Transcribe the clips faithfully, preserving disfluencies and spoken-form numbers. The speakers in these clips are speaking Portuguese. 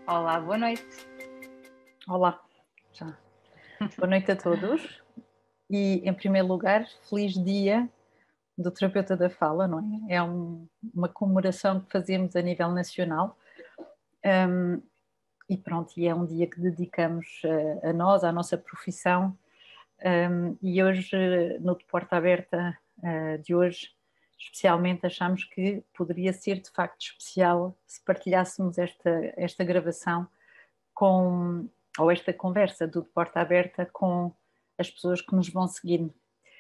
Olá, boa noite. Olá, já. Boa noite a todos e, em primeiro lugar, feliz dia do terapeuta da fala, não é? É um, uma comemoração que fazemos a nível nacional um, e pronto, e é um dia que dedicamos a, a nós, à nossa profissão um, e hoje, no De Porta Aberta uh, de hoje, especialmente achamos que poderia ser de facto especial se partilhássemos esta, esta gravação com, ou esta conversa do De Porta Aberta com as pessoas que nos vão seguindo.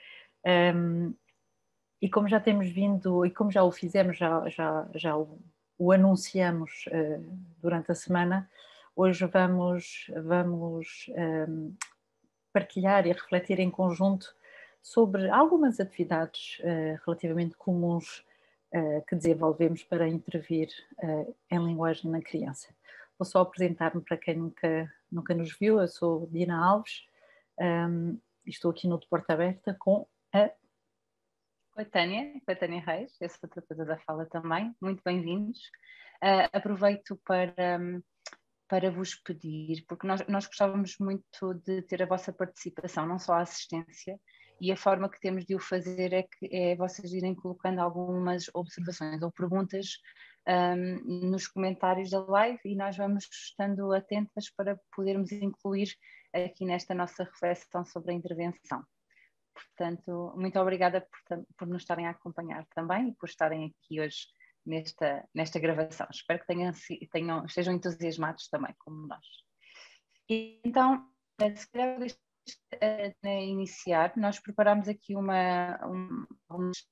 Um, e como já temos vindo, e como já o fizemos, já, já, já o, o anunciamos uh, durante a semana, hoje vamos, vamos um, partilhar e refletir em conjunto sobre algumas atividades uh, relativamente comuns uh, que desenvolvemos para intervir uh, em linguagem na criança. Vou só apresentar-me para quem nunca, nunca nos viu. Eu sou Dina Alves um, e estou aqui no De Porta Aberta com a... Com a Tânia, com a Tânia Reis, eu sou a terapeuta da fala também, muito bem-vindos. Uh, aproveito para, para vos pedir, porque nós, nós gostávamos muito de ter a vossa participação, não só a assistência, e a forma que temos de o fazer é que é vocês irem colocando algumas observações ou perguntas um, nos comentários da live e nós vamos estando atentas para podermos incluir aqui nesta nossa reflexão sobre a intervenção. Portanto, muito obrigada por, por nos estarem a acompanhar também e por estarem aqui hoje nesta, nesta gravação. Espero que tenham, tenham, estejam entusiasmados também, como nós. E, então, se calhar a iniciar, nós preparamos aqui uma, um, alguns,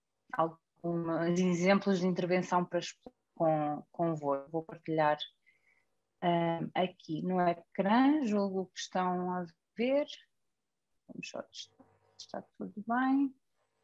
alguns exemplos de intervenção para com, convosco. Vou partilhar um, aqui no ecrã, julgo que estão a ver. Vamos só testar. Está tudo bem.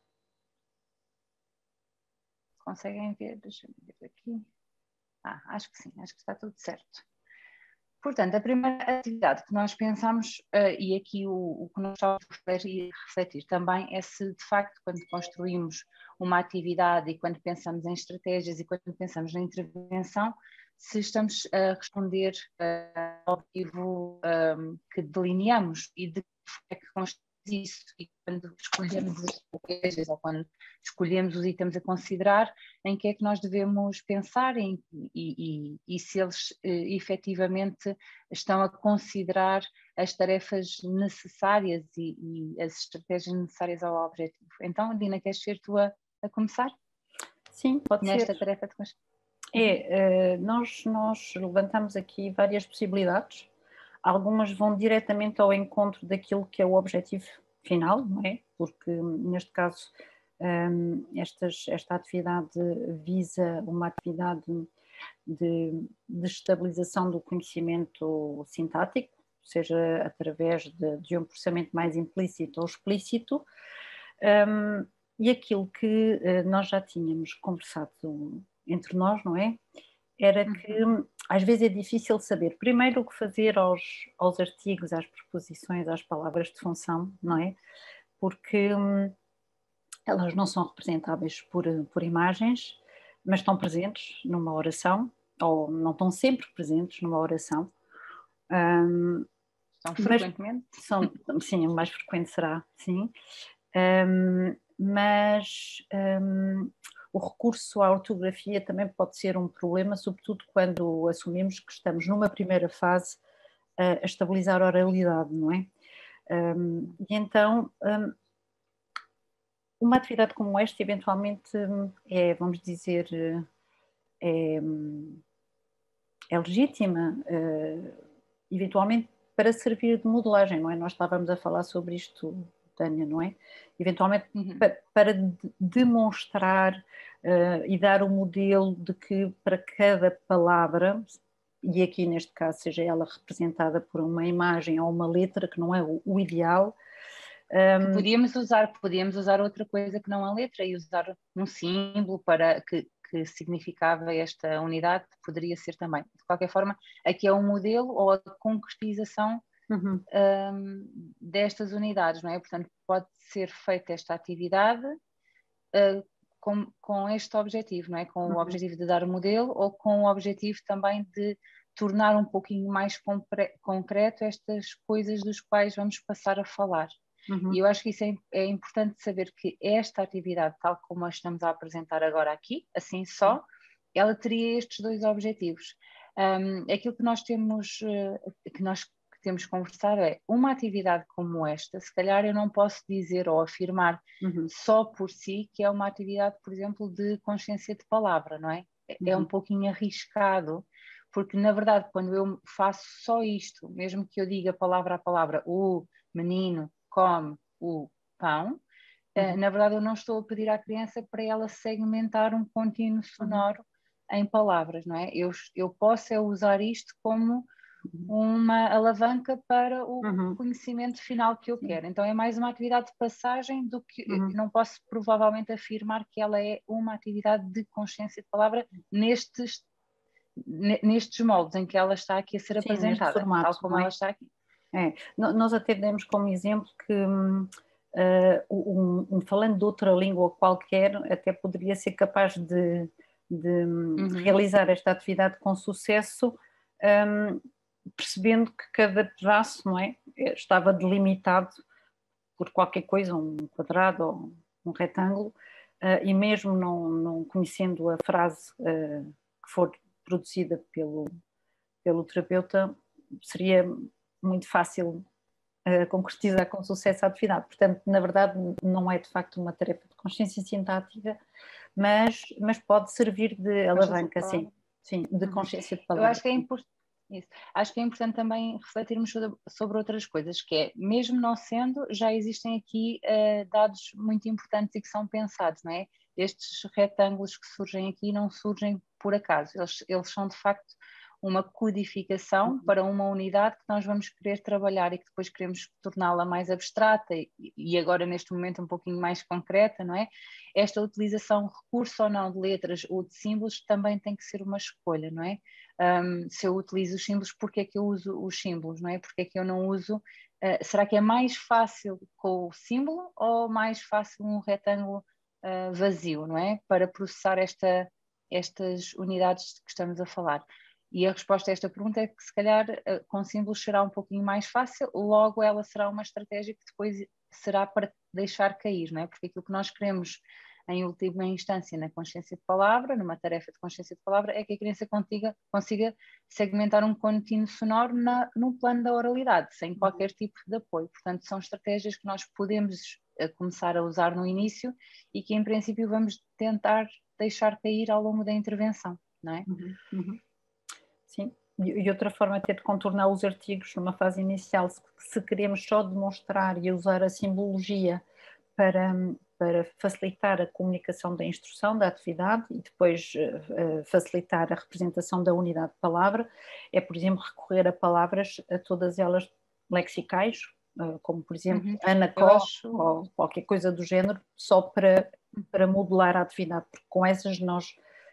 Conseguem ver? Deixa-me ver aqui. Ah, acho que sim, acho que está tudo certo. Portanto, a primeira atividade que nós pensamos, uh, e aqui o, o que nós estamos a refletir também, é se de facto, quando construímos uma atividade e quando pensamos em estratégias e quando pensamos na intervenção, se estamos a responder uh, ao objetivo um, que delineamos e de que é que construímos isso, e quando escolhemos as estratégias ou quando escolhemos os itens a considerar, em que é que nós devemos pensar em, e, e, e se eles eh, efetivamente estão a considerar as tarefas necessárias e, e as estratégias necessárias ao objetivo. Então, Dina, queres ser tu a, a começar? Sim, pode Nesta ser. tarefa de É, nós, nós levantamos aqui várias possibilidades. Algumas vão diretamente ao encontro daquilo que é o objetivo final, não é? Porque, neste caso, estas, esta atividade visa uma atividade de, de estabilização do conhecimento sintático, seja através de, de um processamento mais implícito ou explícito, um, e aquilo que nós já tínhamos conversado entre nós, não é? Era que às vezes é difícil saber primeiro o que fazer aos, aos artigos, às preposições, às palavras de função, não é? Porque hum, elas não são representáveis por, por imagens, mas estão presentes numa oração, ou não estão sempre presentes numa oração. Um, Estão frequentemente? São, sim, o mais frequente será, sim. Um, mas um, o recurso à ortografia também pode ser um problema, sobretudo quando assumimos que estamos numa primeira fase a estabilizar a oralidade, não é? Um, e então, um, uma atividade como esta, eventualmente, é, vamos dizer, é, é legítima, uh, eventualmente para servir de modelagem, não é? Nós estávamos a falar sobre isto, Tânia, não é? Eventualmente uhum. para, para demonstrar uh, e dar o modelo de que para cada palavra, e aqui neste caso seja ela representada por uma imagem ou uma letra, que não é o, o ideal. Um, podíamos usar, podíamos usar outra coisa que não a letra e usar um símbolo para que, que significava esta unidade, poderia ser também. De qualquer forma, aqui é um modelo ou a concretização uhum. um, destas unidades, não é? Portanto, pode ser feita esta atividade uh, com, com este objetivo, não é? Com uhum. o objetivo de dar o modelo ou com o objetivo também de tornar um pouquinho mais concreto estas coisas dos quais vamos passar a falar. Uhum. E eu acho que isso é, é importante saber que esta atividade, tal como a estamos a apresentar agora aqui, assim só, ela teria estes dois objetivos. Um, aquilo que nós temos, uh, que nós temos que conversar é uma atividade como esta, se calhar eu não posso dizer ou afirmar uhum. só por si que é uma atividade, por exemplo, de consciência de palavra, não é? Uhum. É um pouquinho arriscado, porque na verdade quando eu faço só isto, mesmo que eu diga palavra a palavra, o menino come o pão, uhum. uh, na verdade eu não estou a pedir à criança para ela segmentar um contínuo sonoro uhum. em palavras, não é? Eu, eu posso é usar isto como uma alavanca para o uhum. conhecimento final que eu Sim. quero. Então é mais uma atividade de passagem do que uhum. não posso provavelmente afirmar que ela é uma atividade de consciência de palavra nestes, nestes moldes em que ela está aqui a ser Sim, apresentada, formato, tal como é? ela está aqui. É. Nós até demos como exemplo que uh, um, um falando de outra língua qualquer até poderia ser capaz de, de uhum. realizar esta atividade com sucesso, um, percebendo que cada pedaço, não é, estava delimitado por qualquer coisa, um quadrado ou um retângulo, uh, e mesmo não, não conhecendo a frase uh, que for produzida pelo, pelo terapeuta, seria muito fácil uh, concretizar com sucesso a atividade. Portanto, na verdade, não é de facto uma tarefa de consciência sintática, mas, mas pode servir de alavanca, sim, sim, de consciência de palavra. Eu acho que é importante. Isso. Acho que é importante também refletirmos sobre outras coisas, que é, mesmo não sendo, já existem aqui uh, dados muito importantes e que são pensados, não é? Estes retângulos que surgem aqui não surgem por acaso, eles, eles são de facto uma codificação uhum. para uma unidade que nós vamos querer trabalhar e que depois queremos torná-la mais abstrata e, e agora neste momento um pouquinho mais concreta, não é? Esta utilização, recurso ou não de letras ou de símbolos também tem que ser uma escolha, não é? Um, se eu utilizo os símbolos, porque é que eu uso os símbolos, não é? Porque é que eu não uso, uh, será que é mais fácil com o símbolo ou mais fácil um retângulo uh, vazio, não é? Para processar esta, estas unidades que estamos a falar. E a resposta a esta pergunta é que se calhar com símbolos será um pouquinho mais fácil, logo ela será uma estratégia que depois será para deixar cair, não é? Porque aquilo que nós queremos em última instância na consciência de palavra, numa tarefa de consciência de palavra, é que a criança consiga, consiga segmentar um contínuo sonoro na, no plano da oralidade, sem qualquer tipo de apoio. Portanto, são estratégias que nós podemos uh, começar a usar no início e que em princípio vamos tentar deixar cair ao longo da intervenção, não é? Uhum, uhum. Sim, e outra forma até de contornar os artigos numa fase inicial, se, se queremos só demonstrar e usar a simbologia para, para facilitar a comunicação da instrução, da atividade e depois uh, facilitar a representação da unidade de palavra, é, por exemplo, recorrer a palavras, a todas elas lexicais, uh, como por exemplo uhum. Anacó acho... ou qualquer coisa do género, só para, para modelar a atividade, porque com essas nós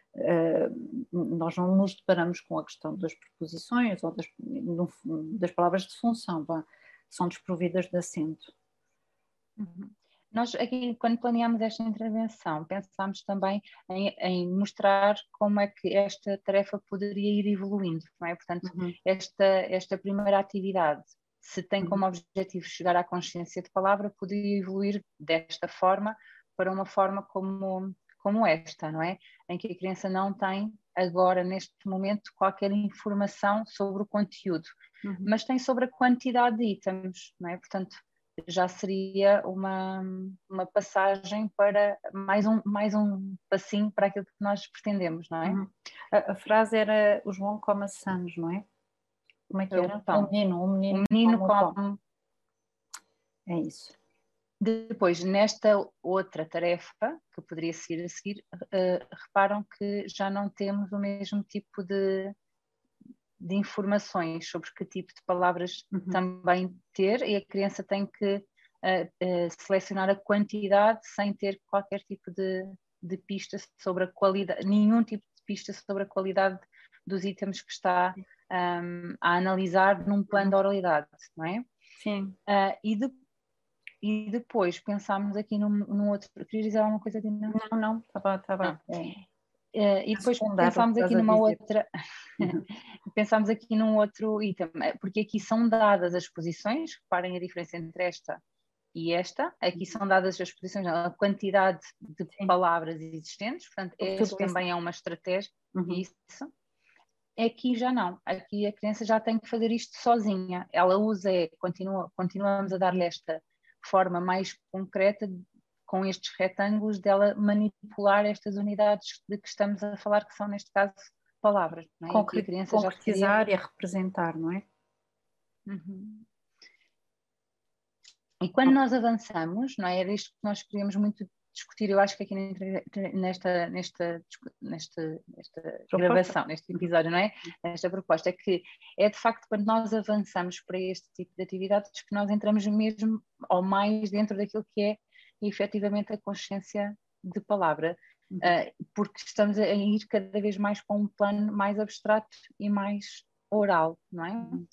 Uh, nós não nos deparamos com a questão das preposições ou das, no, das palavras de função, pá, são desprovidas de acento. Uhum. Nós aqui, quando planeámos esta intervenção, pensámos também em, em mostrar como é que esta tarefa poderia ir evoluindo, não é? Portanto, uhum. esta, esta primeira atividade, se tem uhum. como objetivo chegar à consciência de palavra, poderia evoluir desta forma para uma forma como... como esta, não é? Em que a criança não tem agora, neste momento, qualquer informação sobre o conteúdo, uhum. mas tem sobre a quantidade de itens, não é? Portanto, já seria uma, uma passagem para mais um, mais um passinho para aquilo que nós pretendemos, não é? Uhum. A, a frase era o João come maçãs, não é? Como é que era? O menino, o menino, o menino come, come. É isso. Depois, nesta outra tarefa, que poderia seguir a seguir, uh, reparam que já não temos o mesmo tipo de, de informações sobre que tipo de palavras uhum. também ter, e a criança tem que uh, uh, selecionar a quantidade sem ter qualquer tipo de, de pista sobre a qualidade, nenhum tipo de pista sobre a qualidade dos itens que está um, a analisar num plano de oralidade, não é? Sim. Uh, e depois E depois pensámos aqui num, num outro... Querias dizer alguma coisa, Dina? Não, não, estava... estava. Ah. Uh, e depois pensámos aqui numa outra, pensámos aqui num outro item, porque aqui são dadas as posições, reparem a diferença entre esta e esta, aqui são dadas as posições, a quantidade de Sim. palavras existentes, portanto, este também é uma estratégia, uhum. isso. Aqui já não, aqui a criança já tem que fazer isto sozinha, ela usa, continua, continuamos a dar-lhe esta forma mais concreta, com estes retângulos, dela manipular estas unidades de que estamos a falar, que são neste caso palavras. Não é? Concre- a criança concretizar já teria... e representar, não é? Uhum. E quando nós avançamos, não é? Era isto que nós queríamos muito discutir, eu acho que aqui nesta, nesta, nesta, nesta gravação, neste episódio, não é? Nesta proposta, é que é de facto quando nós avançamos para este tipo de atividades que nós entramos mesmo ou mais dentro daquilo que é efetivamente a consciência de palavra, uhum. uh, porque estamos a ir cada vez mais para um plano mais abstrato e mais oral, não é? Uhum.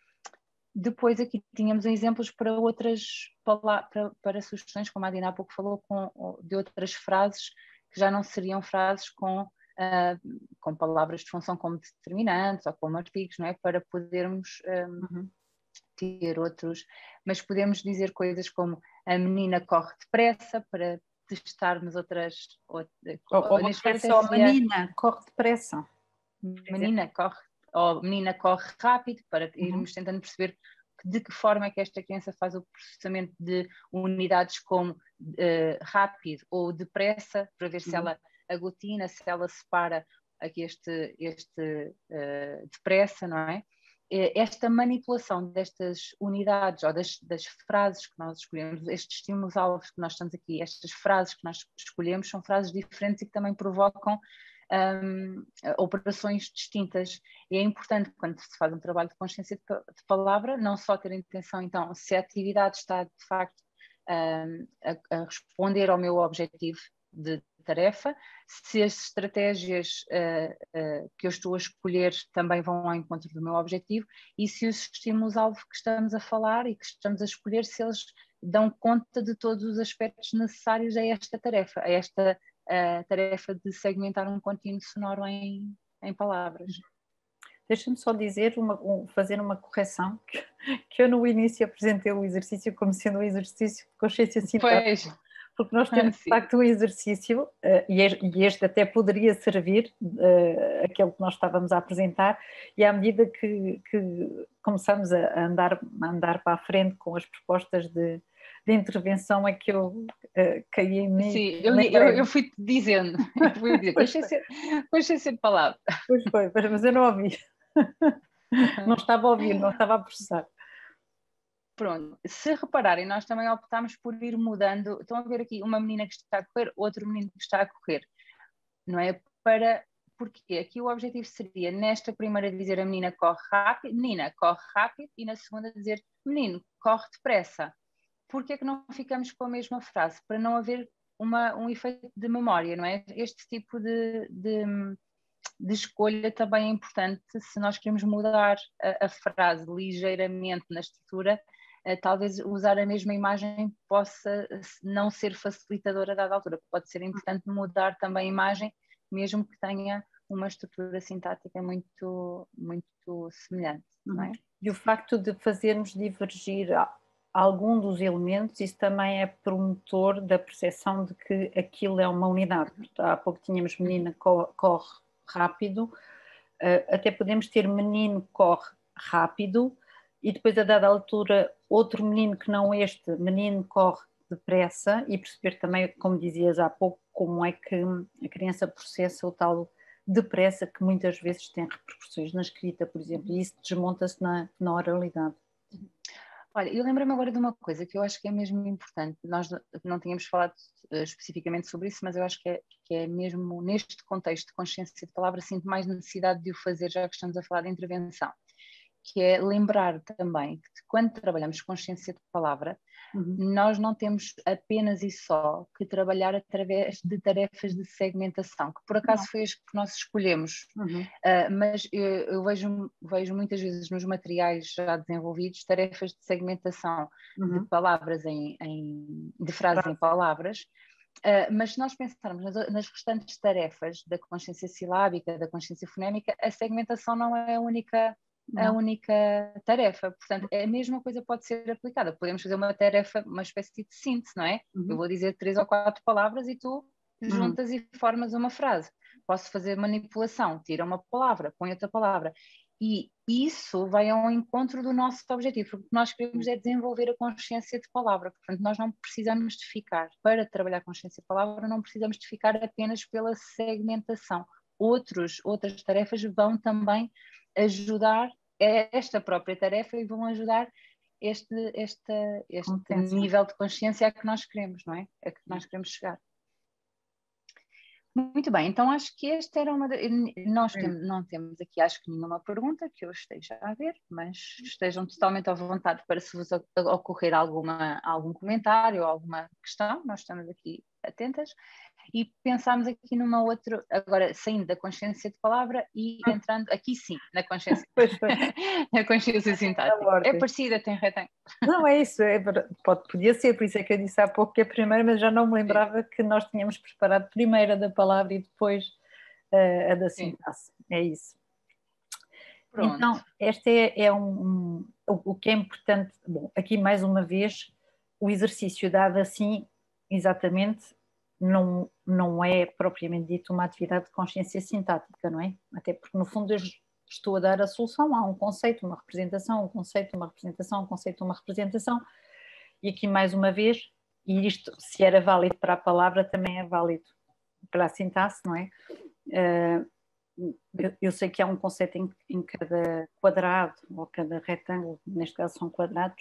Depois aqui tínhamos exemplos para outras para, para sugestões, como a Dina há pouco falou, com, de outras frases que já não seriam frases com, uh, com palavras de função como determinantes ou como artigos, não é? Para podermos um, uhum. ter outros, mas podemos dizer coisas como a menina corre depressa, para testarmos outras... outras ou ou neste caso só seria, menina corre depressa. Menina corre, ou menina corre rápido, para irmos uhum. tentando perceber de que forma é que esta criança faz o processamento de unidades como uh, rápido ou depressa, para ver uhum. se ela aglutina, se ela separa aqui este, este uh, depressa, não é? Esta manipulação destas unidades ou das, das frases que nós escolhemos, estes estímulos-alvos que nós estamos aqui, estas frases que nós escolhemos são frases diferentes e que também provocam um, operações distintas. E é importante, quando se faz um trabalho de consciência de, de palavra, não só ter a intenção, então, se a atividade está de facto um, a, a responder ao meu objetivo de tarefa, se as estratégias uh, uh, que eu estou a escolher também vão ao encontro do meu objetivo e se os estímulos-alvo que estamos a falar e que estamos a escolher, se eles dão conta de todos os aspectos necessários a esta tarefa, a esta uh, tarefa de segmentar um contínuo sonoro em, em palavras. Deixa-me só dizer, uma, um, fazer uma correção, que, que eu no início apresentei o exercício como sendo um exercício de consciência sintática. Porque nós temos, ah, de facto, um exercício, uh, e este até poderia servir, uh, aquele que nós estávamos a apresentar, e à medida que, que começamos a andar, a andar para a frente com as propostas de, de intervenção, é que eu uh, caí em mim. Sim, eu, eu, eu fui-te dizendo, eu fui dizer, consciência, consciência de palavra. Pois foi, mas eu não ouvi. Não estava a ouvir, não estava a processar. Pronto, se repararem, nós também optámos por ir mudando. Estão a ver aqui uma menina que está a correr, outro menino que está a correr, não é? Para, porque aqui o objetivo seria, nesta primeira dizer a menina corre rápido, menina corre rápido, e na segunda dizer menino corre depressa. Por que é que não ficamos com a mesma frase? Para não haver uma, um efeito de memória, não é? Este tipo de, de, de escolha também é importante se nós queremos mudar a, a frase ligeiramente na estrutura. Uh, talvez usar a mesma imagem possa não ser facilitadora a dada altura. Pode ser importante mudar também a imagem, mesmo que tenha uma estrutura sintática muito, muito semelhante. Não é? E o facto de fazermos divergir algum dos elementos, isso também é promotor da percepção de que aquilo é uma unidade. Há pouco tínhamos menina corre rápido, uh, até podemos ter menino corre rápido, e depois a dada altura outro menino que não este, menino corre depressa, e perceber também, como dizias há pouco, como é que a criança processa o tal depressa que muitas vezes tem repercussões na escrita, por exemplo, e isso desmonta-se na, na oralidade. Olha, eu lembro-me agora de uma coisa que eu acho que é mesmo importante, nós não tínhamos falado uh, especificamente sobre isso, mas eu acho que é, que é mesmo neste contexto de consciência de palavra, sinto mais necessidade de o fazer, já que estamos a falar de intervenção, que é lembrar também que quando trabalhamos consciência de palavra, uhum. nós não temos apenas e só que trabalhar através de tarefas de segmentação, que por acaso não. Foi as que nós escolhemos, uhum. uh, mas eu, eu vejo, vejo muitas vezes nos materiais já desenvolvidos tarefas de segmentação uhum. de palavras em, em de frases claro. Em palavras, Uh, mas se nós pensarmos nas, nas restantes tarefas da consciência silábica, da consciência fonémica, a segmentação não é a única, a única tarefa. Portanto, a mesma coisa pode ser aplicada. Podemos fazer uma tarefa, uma espécie de síntese, não é? Uhum. Eu vou dizer três ou quatro palavras e tu juntas uhum. e formas uma frase. Posso fazer manipulação, tira uma palavra, põe outra palavra. E isso vai ao encontro do nosso objetivo, porque o que nós queremos é desenvolver a consciência de palavra. Portanto, nós não precisamos de ficar, para trabalhar a consciência de palavra, não precisamos de ficar apenas pela segmentação. Outros, outras tarefas vão também ajudar esta própria tarefa e vão ajudar este, este, este nível de consciência a que nós queremos, não é? A que nós queremos chegar. Muito bem, então acho que esta era uma... De... Nós tem, não temos aqui, acho que nenhuma pergunta que eu esteja a ver, mas estejam totalmente à vontade para se vos ocorrer alguma, algum comentário ou alguma questão, nós estamos aqui atentas. E pensámos aqui numa outra, agora saindo da consciência de palavra e entrando aqui sim, na consciência, na consciência sintática. É parecida, tem retângulo. Não, é isso, é, pode, podia ser, por isso é que eu disse há pouco que é a primeira, mas já não me lembrava sim. que nós tínhamos preparado primeiro a da palavra e depois uh, a da sintaxe. É isso. Pronto. Então, este é, é um, um o, o que é importante, bom, aqui mais uma vez, o exercício dado assim, exatamente, não, não é propriamente dito uma atividade de consciência sintática, não é? Até porque no fundo eu estou a dar a solução a um conceito, uma representação, um conceito, uma representação, um conceito, uma representação, e aqui mais uma vez, e isto se era válido para a palavra também é válido para a sintaxe, não é? Eu, eu sei que há um conceito em, em cada quadrado, ou cada retângulo, neste caso são quadrados,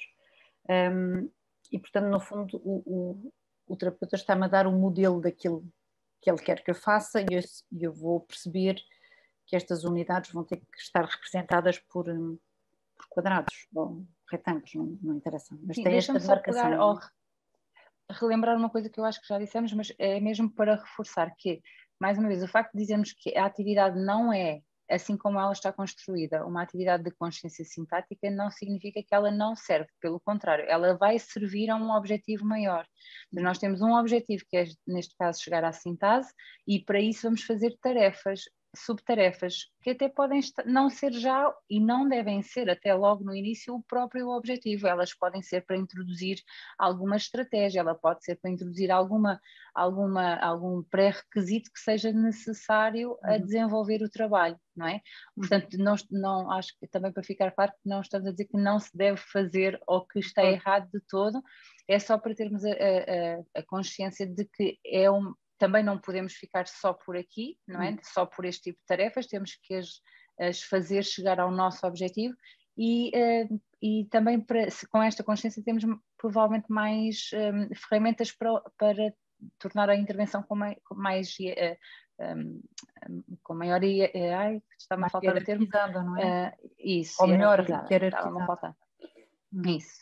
um, e portanto no fundo o, o o terapeuta está-me a dar o modelo daquilo que ele quer que eu faça e eu, eu vou perceber que estas unidades vão ter que estar representadas por, por quadrados ou retângulos, não, não interessa. Mas sim, tem esta demarcação. Pegar, ou relembrar uma coisa que eu acho que já dissemos, mas é mesmo para reforçar que, mais uma vez, o facto de dizermos que a atividade não é, assim como ela está construída, uma atividade de consciência sintática, não significa que ela não serve, pelo contrário, ela vai servir a um objetivo maior. Mas nós temos um objetivo que é, neste caso, chegar à sintase, e para isso vamos fazer tarefas, subtarefas, que até podem não ser já e não devem ser até logo no início o próprio objetivo. Elas podem ser para introduzir alguma estratégia, ela pode ser para introduzir alguma, alguma, algum pré-requisito que seja necessário a desenvolver o trabalho, não é? Portanto, não, não, acho que também para ficar claro que não estamos a dizer que não se deve fazer ou que está errado de todo, é só para termos a, a, a consciência de que é um também não podemos ficar só por aqui, não é? Só por este tipo de tarefas, temos que as, as fazer chegar ao nosso objetivo e, uh, e também para, se, com esta consciência temos provavelmente mais um, ferramentas para, para tornar a intervenção com mais, com mais uh, um, com maior uh, ai, está-me a faltar o termo, não é? Uh, isso, ou melhor, estava-me a faltar. Hum. Isso.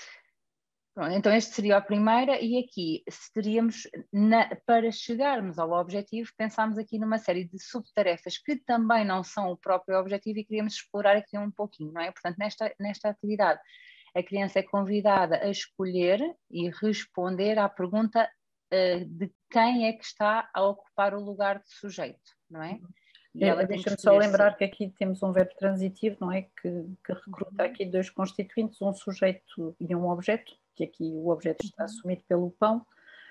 Pronto, então este seria a primeira e aqui teríamos, na, para chegarmos ao objetivo, pensámos aqui numa série de subtarefas que também não são o próprio objetivo e queríamos explorar aqui um pouquinho, não é? Portanto, nesta, nesta atividade, a criança é convidada a escolher e responder à pergunta uh, de quem é que está a ocupar o lugar de sujeito, não é? É, deixa-me só lembrar que aqui temos um verbo transitivo, não é? Que, que recruta aqui dois constituintes, um sujeito e um objeto, que aqui o objeto está assumido pelo pão,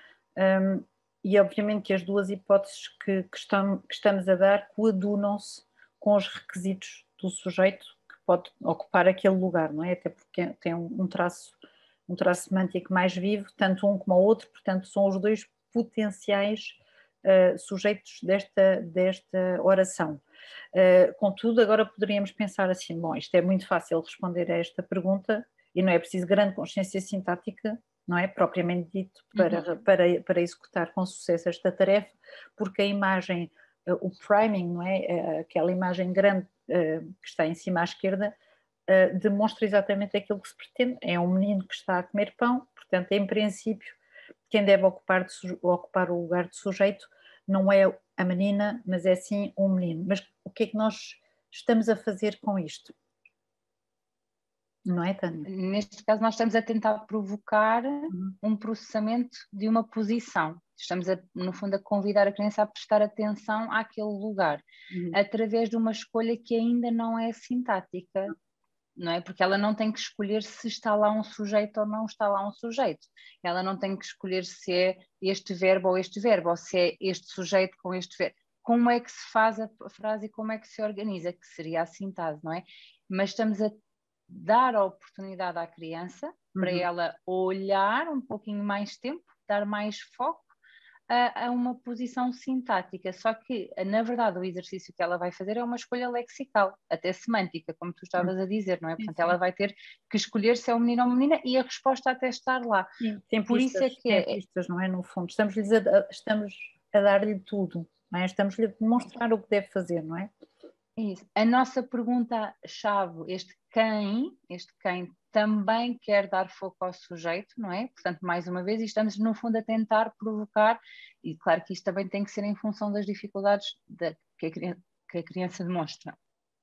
um, e obviamente que as duas hipóteses que, que, estamos, que estamos a dar coadunam-se com os requisitos do sujeito que pode ocupar aquele lugar, não é? Até porque tem um, um traço, um traço semântico mais vivo, tanto um como o outro, portanto são os dois potenciais Uh, sujeitos desta, desta oração. Uh, contudo, agora poderíamos pensar assim, bom, isto é muito fácil responder a esta pergunta e não é preciso grande consciência sintática, não é propriamente dito, para, uhum. para, para executar com sucesso esta tarefa, porque a imagem, uh, o priming, não é, uh, aquela imagem grande uh, que está em cima à esquerda, uh, demonstra exatamente aquilo que se pretende. É um menino que está a comer pão, portanto, em princípio, quem deve ocupar, de, ocupar o lugar de sujeito não é a menina, mas é sim um menino. Mas o que é que nós estamos a fazer com isto? Não é, Tânia? Neste caso, nós estamos a tentar provocar Uhum. um processamento de uma posição. Estamos, a, no fundo, a convidar a criança a prestar atenção àquele lugar, Uhum. através de uma escolha que ainda não é sintática, não é? Porque ela não tem que escolher se está lá um sujeito ou não está lá um sujeito. Ela não tem que escolher se é este verbo ou este verbo, ou se é este sujeito com este verbo. Como é que se faz a frase e como é que se organiza, que seria a sintase, não é? Mas estamos a dar a oportunidade à criança para Uhum. ela olhar um pouquinho mais tempo, dar mais foco a, a uma posição sintática. Só que, na verdade, o exercício que ela vai fazer é uma escolha lexical, até semântica, como tu estavas a dizer, não é? Sim, Portanto, sim. ela vai ter que escolher se é um menino ou uma menina e a resposta até estar lá. Sim, tem Por isso pistas, é que tem é, pistas, não é? No fundo, estamos, a, estamos a dar-lhe tudo, não é? Estamos-lhe a demonstrar o que deve fazer, não é? isso. A nossa pergunta-chave, este quem, este quem também quer dar foco ao sujeito, não é? Portanto, mais uma vez, e estamos no fundo a tentar provocar, e claro que isto também tem que ser em função das dificuldades da, que, a, que a criança demonstra.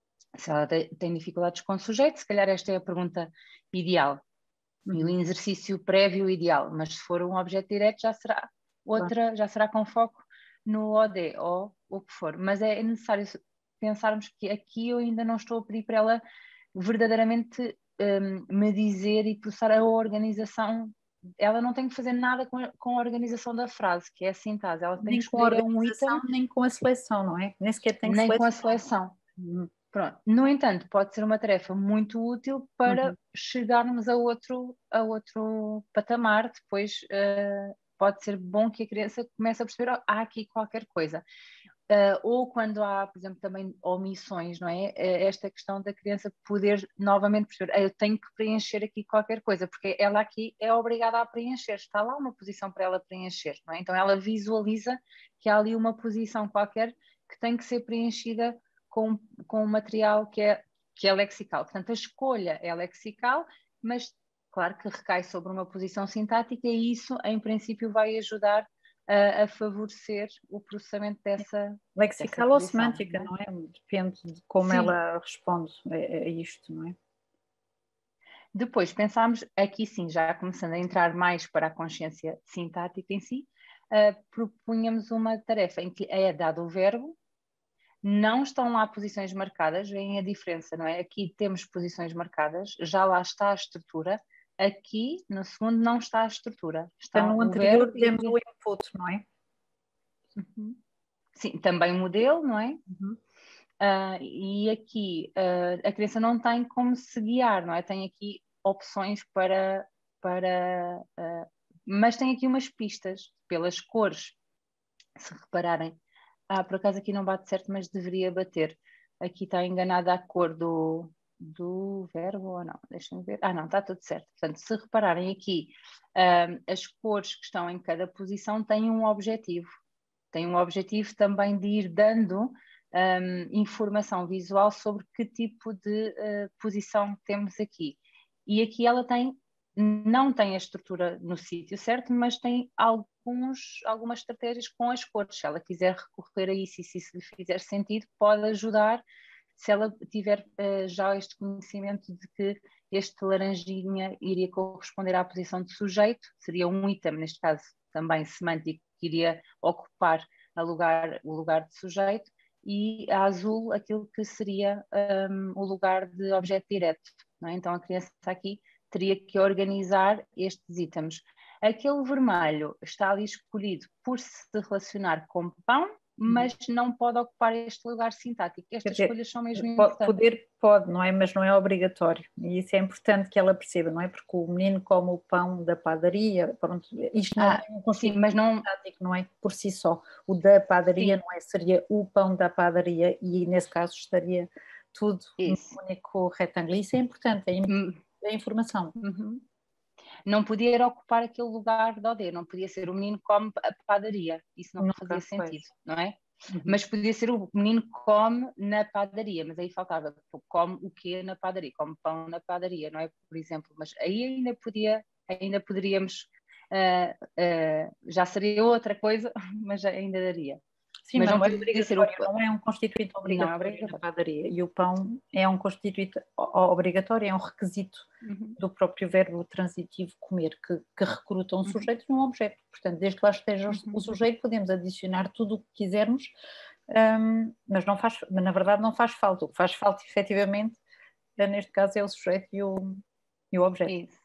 Se ela tem, tem dificuldades com o sujeito, se calhar esta é a pergunta ideal. Uhum. E o exercício prévio ideal, mas se for um objeto direto já será outra, claro. Já será com foco no O D ou o que for. Mas é necessário pensarmos que aqui eu ainda não estou a pedir para ela verdadeiramente um, me dizer e processar a organização. Ela não tem que fazer nada com a, com a organização da frase, que é a sintase. Ela tem nem que escolher um item. Nem com a seleção, não é? Nem sequer tem que Nem selecionar. com a seleção. Uhum. Pronto. No entanto, pode ser uma tarefa muito útil para uhum. chegarmos a outro, a outro patamar. Depois uh, pode ser bom que a criança comece a perceber, oh, há aqui qualquer coisa. Uh, ou quando há, por exemplo, também omissões, não é? Esta questão da criança poder novamente perceber, eu tenho que preencher aqui qualquer coisa, porque ela aqui é obrigada a preencher, está lá uma posição para ela preencher, não é? Então ela visualiza que há ali uma posição qualquer que tem que ser preenchida com, com um material que é, que é lexical. Portanto, a escolha é lexical, mas claro que recai sobre uma posição sintática e isso, em princípio, vai ajudar a, a favorecer o processamento dessa lexical dessa ou posição, semântica, não é? não é? Depende de como Sim. ela responde a, a isto, não é? Depois pensámos, aqui sim, já começando a entrar mais para a consciência sintática em si, uh, propunhamos uma tarefa em que é dado o verbo, não estão lá posições marcadas, veem a diferença, não é? Aqui temos posições marcadas, já lá está a estrutura, aqui no segundo não está a estrutura. Está então, no o anterior verbo temos e... o input, não é? Uhum. Sim, também o modelo, não é? Uhum. Uh, e aqui uh, a criança não tem como se guiar, não é? Tem aqui opções para, para uh, mas tem aqui umas pistas pelas cores, se repararem. Ah, por acaso aqui não bate certo, mas deveria bater. Aqui está enganada a cor do, do verbo ou não? Deixem-me ver. Ah, não, está tudo certo. Portanto, se repararem aqui, uh, as cores que estão em cada posição têm um objetivo. Tem um objetivo também de ir dando Um, informação visual sobre que tipo de uh, posição temos aqui. E aqui ela tem, não tem a estrutura no sítio certo, mas tem alguns, algumas estratégias com as cores. Se ela quiser recorrer a isso e se isso lhe fizer sentido, pode ajudar se ela tiver uh, já este conhecimento de que este laranjinha iria corresponder à posição de sujeito, seria um item, neste caso também semântico, que iria ocupar a lugar, o lugar de sujeito, e a azul aquilo que seria um, o lugar de objeto direto. Não é? Então a criança aqui teria que organizar estes itens. Aquele vermelho está ali escolhido por se relacionar com pão, mas não pode ocupar este lugar sintático. Estas dizer, escolhas são mesmo pode, importantes. Poder pode, não é? Mas não é obrigatório. E isso é importante que ela perceba, não é? Porque o menino come o pão da padaria, pronto, isto não ah, é um conceito sim, mas não... sintático, não é? Por si só. O da padaria, sim. Não é? Seria o pão da padaria e nesse caso estaria tudo isso. No único retângulo. Isso é importante, é, hum. é informação. Uhum. Não podia ocupar aquele lugar de O D, não podia ser o menino come a padaria, isso não Nunca fazia sentido, pois. Não é? Uhum. Mas podia ser o menino come na padaria, mas aí faltava, come o quê na padaria? Come pão na padaria, não é? Por exemplo, mas aí ainda podia, ainda poderíamos, uh, uh, já seria outra coisa, mas ainda daria. Sim, mas mas não não é podia ser o obrigatório, não é um constituinte não é obrigatório na obrigatório. padaria. E o pão é um constituinte o- obrigatório, é um requisito Uhum, do próprio verbo transitivo comer, que, que recruta um uhum, sujeito e um objeto. Portanto, desde que lá esteja o o uhum. sujeito, podemos adicionar tudo o que quisermos, hum, mas não faz, mas na verdade não faz falta. O que faz falta, efetivamente, é, neste caso, é o sujeito e o, e o objeto. Isso.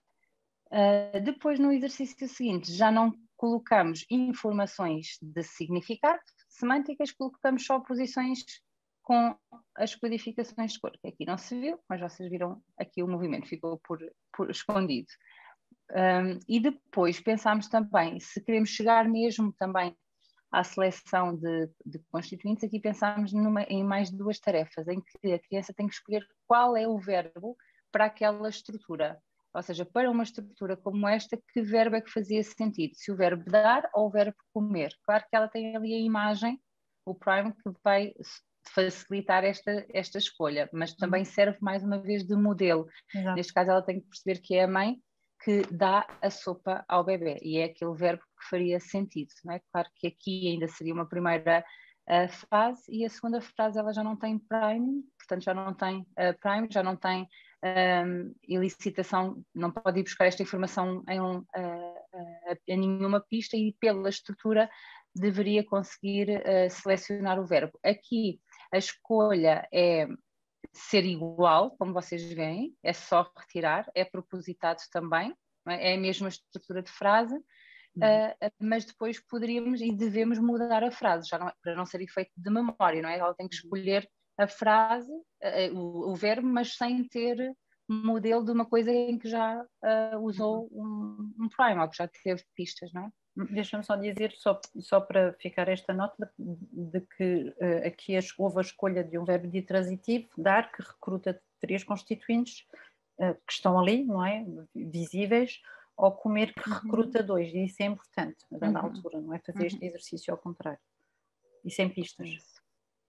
Uh, depois, no exercício seguinte, já não colocamos informações de significado semânticas, colocamos só posições com as codificações de cor, que aqui não se viu, mas vocês viram aqui o movimento, ficou por, por escondido. Um, e depois pensámos também, se queremos chegar mesmo também à seleção de, de constituintes, aqui pensámos numa, em mais duas tarefas, em que a criança tem que escolher qual é o verbo para aquela estrutura. Ou seja, para uma estrutura como esta, que verbo é que fazia sentido? Se o verbo dar ou o verbo comer? Claro que ela tem ali a imagem, o prime, que vai facilitar esta, esta escolha, mas também Uhum. serve mais uma vez de modelo. Exato. Neste caso ela tem que perceber que é a mãe que dá a sopa ao bebê, e é aquele verbo que faria sentido, não é? Claro que aqui ainda seria uma primeira uh, frase, e a segunda frase ela já não tem prime, portanto já não tem uh, prime, já não tem um, elicitação, não pode ir buscar esta informação em, uh, uh, em nenhuma pista, e pela estrutura deveria conseguir uh, selecionar o verbo. Aqui a escolha é ser igual, como vocês veem, é só retirar, é propositado também, não é? É a mesma estrutura de frase, Uhum. uh, mas depois poderíamos e devemos mudar a frase, já não, para não ser efeito de memória, não é? Ela tem que escolher a frase, uh, o, o verbo, mas sem ter modelo de uma coisa em que já uh, usou um, um prime, ou que já teve pistas, não é? Deixa-me só dizer, só, só para ficar esta nota, de, de que uh, aqui as, houve a escolha de um verbo de transitivo, dar, que recruta três constituintes uh, que estão ali, não é? Visíveis, ou comer, que recruta dois, e isso é importante, a dada Uhum. altura, não é? Fazer Uhum. este exercício ao contrário. E sem pistas. Isso.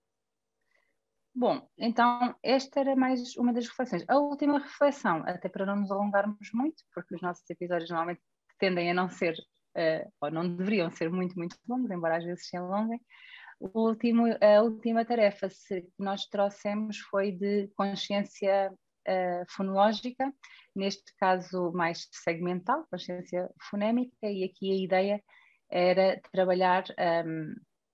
Bom, então esta era mais uma das reflexões. A última reflexão, até para não nos alongarmos muito, porque os nossos episódios normalmente tendem a não ser, uh, ou não deveriam ser muito, muito longos, embora às vezes se alonguem. O último, a última tarefa que nós trouxemos foi de consciência uh, fonológica, neste caso mais segmental, consciência fonémica, e aqui a ideia era trabalhar um,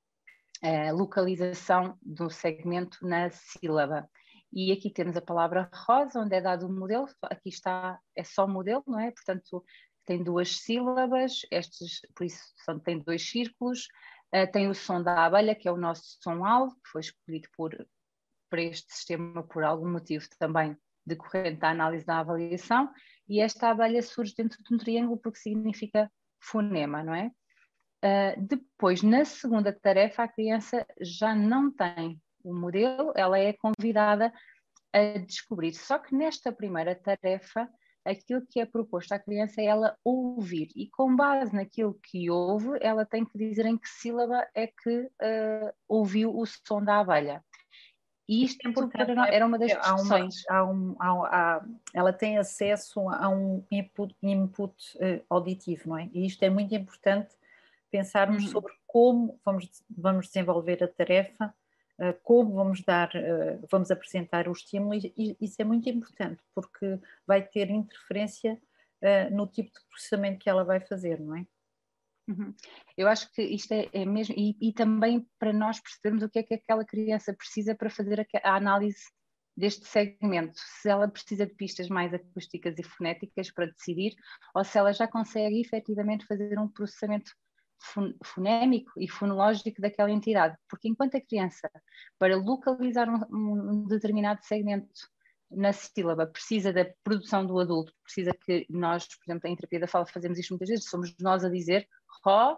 a localização do segmento na sílaba. E aqui temos a palavra rosa, onde é dado o modelo, aqui está, é só modelo, não é? Portanto, tem duas sílabas, estes, por isso são, tem dois círculos, uh, tem o som da abelha, que é o nosso som-alvo, que foi escolhido por, por este sistema por algum motivo também decorrente da análise da avaliação, e esta abelha surge dentro de um triângulo porque significa fonema, não é? Uh, depois, na segunda tarefa, a criança já não tem o modelo, ela é convidada a descobrir. Só que nesta primeira tarefa, aquilo que é proposto à criança é ela ouvir, e com base naquilo que ouve, ela tem que dizer em que sílaba é que uh, ouviu o som da abelha. E isto é importante, para não nós, é? era uma Porque das há uma, discussões. há um, há, há, ela tem acesso a um input, input uh, auditivo, não é? E isto é muito importante pensarmos Uhum. sobre como vamos, vamos desenvolver a tarefa, uh, como vamos dar, uh, vamos apresentar o estímulo, e isso é muito importante, porque vai ter interferência uh, no tipo de processamento que ela vai fazer, não é? Uhum. Eu acho que isto é, é mesmo, e, e também para nós percebermos o que é que aquela criança precisa para fazer a, a análise deste segmento, se ela precisa de pistas mais acústicas e fonéticas para decidir, ou se ela já consegue efetivamente fazer um processamento fonémico e fonológico daquela entidade, porque enquanto a criança, para localizar um, um determinado segmento na sílaba, precisa da produção do adulto, precisa que nós, por exemplo, em terapia da fala fazemos isto muitas vezes, somos nós a dizer Ró,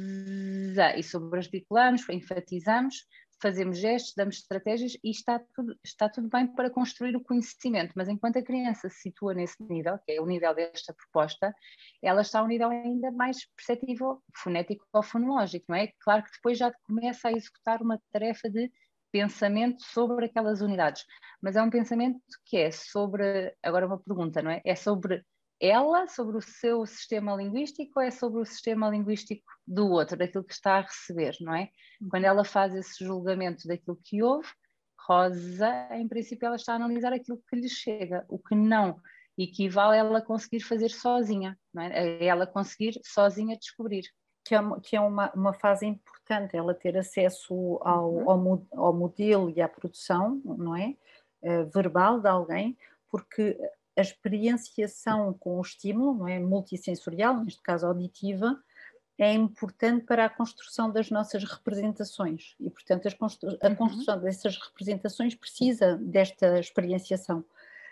Z, e sobrearticulamos, enfatizamos, fazemos gestos, damos estratégias, e está tudo, está tudo bem para construir o conhecimento, mas enquanto a criança se situa nesse nível, que é o nível desta proposta, ela está a um nível ainda mais perceptível, fonético ou fonológico, não é? Claro que depois já começa a executar uma tarefa de pensamento sobre aquelas unidades, mas é um pensamento que é sobre, agora uma pergunta, não é? É sobre ela, sobre o seu sistema linguístico, ou é sobre o sistema linguístico do outro, daquilo que está a receber, não é? Quando ela faz esse julgamento daquilo que ouve, Rosa, em princípio, ela está a analisar aquilo que lhe chega, o que não equivale a ela conseguir fazer sozinha, não é? A ela conseguir sozinha descobrir. Que é, uma, que é uma, uma fase importante, ela ter acesso ao, uhum. ao, ao modelo e à produção, não é? Uh, verbal de alguém, porque a experienciação com o estímulo, não é? Multissensorial, neste caso auditiva, é importante para a construção das nossas representações e, portanto, as constru a construção uhum. dessas representações precisa desta experienciação.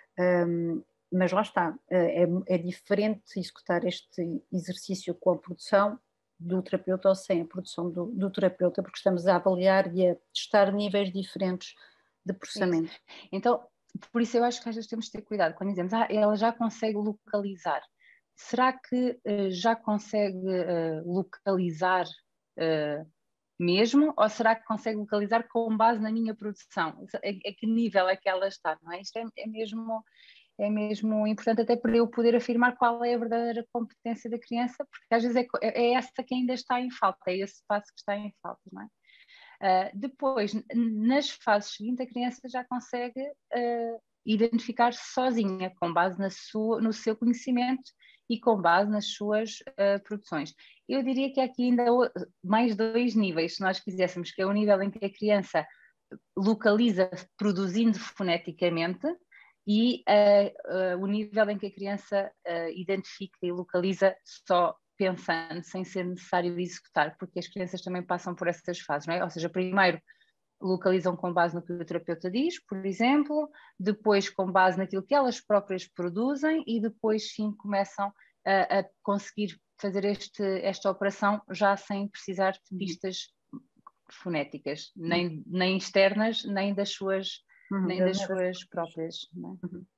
Um, mas lá está, é, é diferente executar este exercício com a produção do terapeuta ou sem a produção do, do terapeuta, porque estamos a avaliar e a testar níveis diferentes de processamento. Isso. Então, por isso eu acho que às vezes temos de ter cuidado quando dizemos, ah, ela já consegue localizar. Será que uh, já consegue uh, localizar uh, mesmo, ou será que consegue localizar com base na minha produção? A, a que nível é que ela está, não é? Isto é, é mesmo... é mesmo importante até para eu poder afirmar qual é a verdadeira competência da criança, porque às vezes é, é essa que ainda está em falta, é esse passo que está em falta, não é? Uh, depois, nas fases seguintes, a criança já consegue uh, identificar sozinha, com base na sua, no seu conhecimento e com base nas suas uh, produções. Eu diria que há aqui ainda mais dois níveis, se nós quiséssemos, que é o nível em que a criança localiza produzindo foneticamente, e uh, uh, o nível em que a criança uh, identifica e localiza só pensando, sem ser necessário executar, porque as crianças também passam por essas fases, não é? Ou seja, primeiro localizam com base no que o terapeuta diz, por exemplo, depois com base naquilo que elas próprias produzem e depois sim começam a, a conseguir fazer este, esta operação já sem precisar de pistas fonéticas, nem, nem externas, nem das suas... Uhum, nem das suas próprias. Não é? Uhum.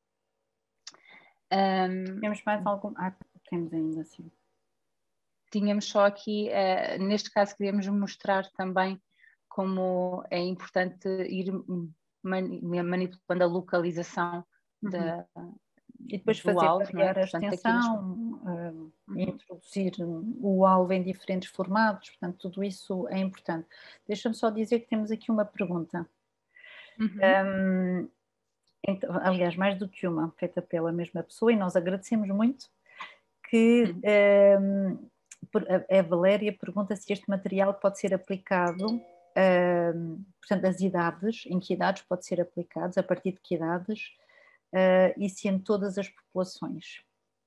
Um, temos mais algum? Ah, temos ainda assim. Tínhamos só aqui, uh, neste caso, queríamos mostrar também como é importante ir mani manipulando a localização uhum. da, e depois do fazer alvo, variar não é? a extensão, portanto, uh, uhum. introduzir o alvo em diferentes formatos, portanto, tudo isso é importante. Deixa-me só dizer que temos aqui uma pergunta. Uhum. Um, então, aliás, mais do que uma, feita pela mesma pessoa, e nós agradecemos muito, que uhum. um, a Valéria pergunta se este material pode ser aplicado, um, portanto, as idades, em que idades pode ser aplicado, a partir de que idades, uh, e se em todas as populações.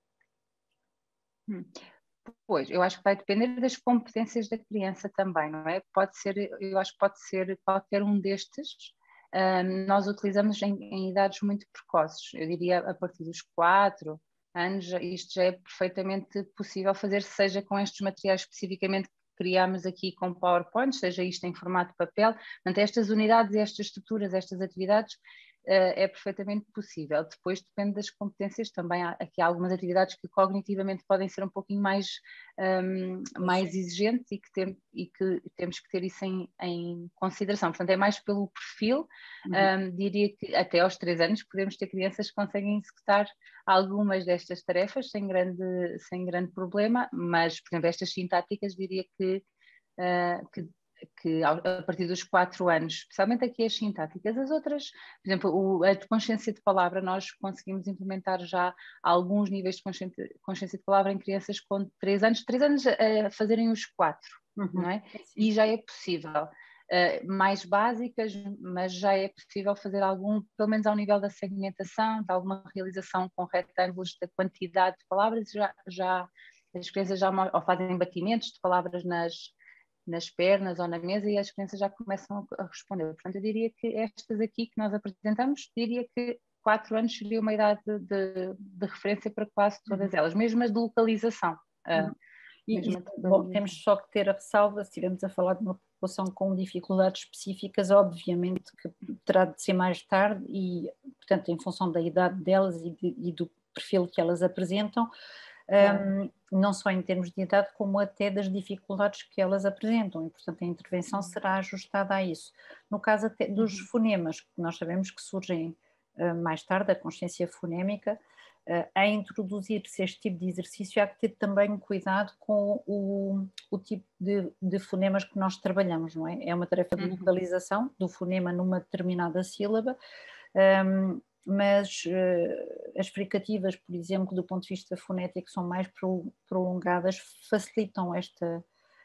Hum. Pois, eu acho que vai depender das competências da criança também, não é? Pode ser, eu acho que pode ser qualquer um destes. Um, nós utilizamos em, em idades muito precoces, eu diria a partir dos quatro anos, isto já é perfeitamente possível fazer, seja com estes materiais especificamente que criamos aqui com PowerPoint, seja isto em formato de papel, portanto estas unidades, estas estruturas, estas atividades, uh, é perfeitamente possível. Depois depende das competências, também há aqui há algumas atividades que cognitivamente podem ser um pouquinho mais, um, mais exigentes e que, tem, e que temos que ter isso em, em consideração, portanto é mais pelo perfil. Uhum. Um, diria que até aos três anos podemos ter crianças que conseguem executar algumas destas tarefas sem grande, sem grande problema, mas, por exemplo, estas sintáticas diria que, uh, que, que a partir dos quatro anos, especialmente aqui as sintáticas, as outras, por exemplo, o, a de consciência de palavra, nós conseguimos implementar já alguns níveis de consciência, consciência de palavra em crianças com três anos, três anos a fazerem os quatro, uhum. não é? Sim. E já é possível. Uh, mais básicas, mas já é possível fazer algum, pelo menos ao nível da segmentação, de alguma realização com retângulos da quantidade de palavras, já, já as crianças já ou fazem batimentos de palavras nas, nas pernas ou na mesa e as crianças já começam a responder. Portanto, eu diria que estas aqui que nós apresentamos, diria que quatro anos seria uma idade de, de, de referência para quase todas uhum. elas, mesmo as de localização. Uhum. Uh, E, e bom, temos só que ter a ressalva, se estivermos a falar de uma população com dificuldades específicas, obviamente que terá de ser mais tarde e, portanto, em função da idade delas e, de, e do perfil que elas apresentam, claro. um, não só em termos de idade, como até das dificuldades que elas apresentam e, portanto, a intervenção uhum. será ajustada a isso. No caso até dos uhum. fonemas, que nós sabemos que surgem uh, mais tarde, a consciência fonémica, uh, a introduzir-se este tipo de exercício, há que ter também cuidado com o, o tipo de, de fonemas que nós trabalhamos, não é? É uma tarefa de localização do fonema numa determinada sílaba, um, mas uh, as fricativas, por exemplo, do ponto de vista fonético, são mais prolongadas, facilitam esta,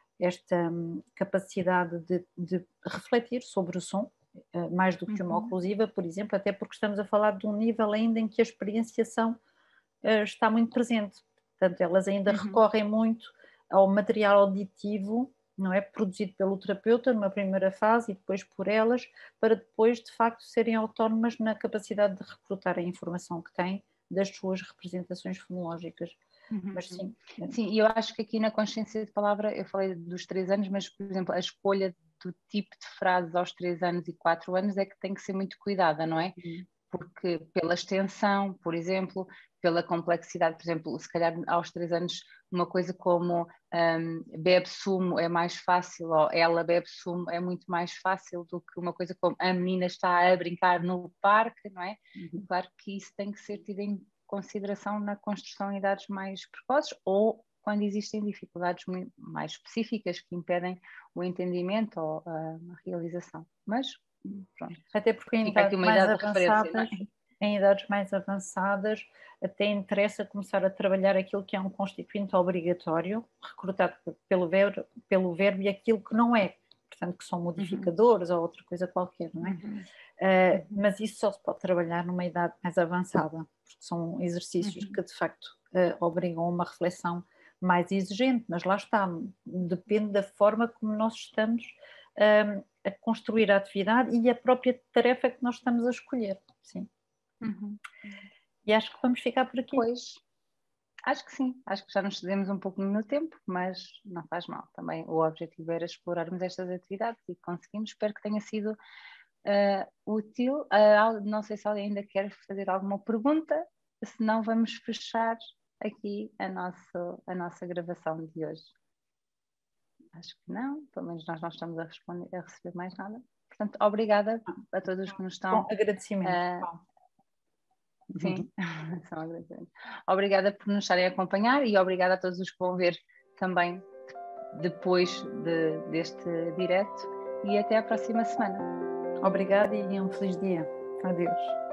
esta um, capacidade de, de refletir sobre o som, uh, mais do que uma Uhum. oclusiva, por exemplo, até porque estamos a falar de um nível ainda em que a experienciação uh, está muito presente. Portanto, elas ainda Uhum. recorrem muito ao material auditivo, não é, produzido pelo terapeuta numa primeira fase e depois por elas, para depois de facto serem autónomas na capacidade de recrutar a informação que têm das suas representações fonológicas. Uhum. Mas sim. Sim, e eu acho que aqui na consciência de palavra, eu falei dos três anos, mas por exemplo a escolha do tipo de frases aos três anos e quatro anos é que tem que ser muito cuidada, não é? Uhum. Porque pela extensão, por exemplo, pela complexidade, por exemplo, se calhar aos três anos uma coisa como um, bebe sumo é mais fácil, ou ela bebe sumo é muito mais fácil do que uma coisa como a menina está a brincar no parque, não é? Uhum. Claro que isso tem que ser tido em consideração na construção em idades mais precoces ou quando existem dificuldades muito mais específicas que impedem o entendimento ou a realização. Mas pronto. Até porque em Fica aqui idades uma mais idade de referência, não é? avançadas, em idades mais avançadas, até interessa começar a trabalhar aquilo que é um constituinte obrigatório, recrutado pelo verbo, pelo verbo e aquilo que não é, portanto, que são modificadores uhum. ou outra coisa qualquer, não é? Uhum. Uh, mas isso só se pode trabalhar numa idade mais avançada, porque são exercícios uhum. que de facto uh, obrigam a uma reflexão mais exigente, mas lá está, depende da forma como nós estamos um, a construir a atividade e a própria tarefa que nós estamos a escolher, sim. Uhum. E acho que vamos ficar por aqui. Pois, acho que sim, acho que já nos cedemos um pouquinho no tempo, mas não faz mal, também o objetivo era explorarmos estas atividades e conseguimos, espero que tenha sido uh, útil. Uh, não sei se alguém ainda quer fazer alguma pergunta, se não vamos fechar aqui a nossa, a nossa gravação de hoje. Acho que não, pelo menos nós não estamos a, responder, a receber mais nada. Portanto, obrigada a todos os que nos estão... Bom, agradecimento. Uh, sim, são agradecimentos. Obrigada por nos estarem a acompanhar e obrigada a todos os que vão ver também depois de, deste direto e até à próxima semana. Obrigada e um feliz dia. Adeus.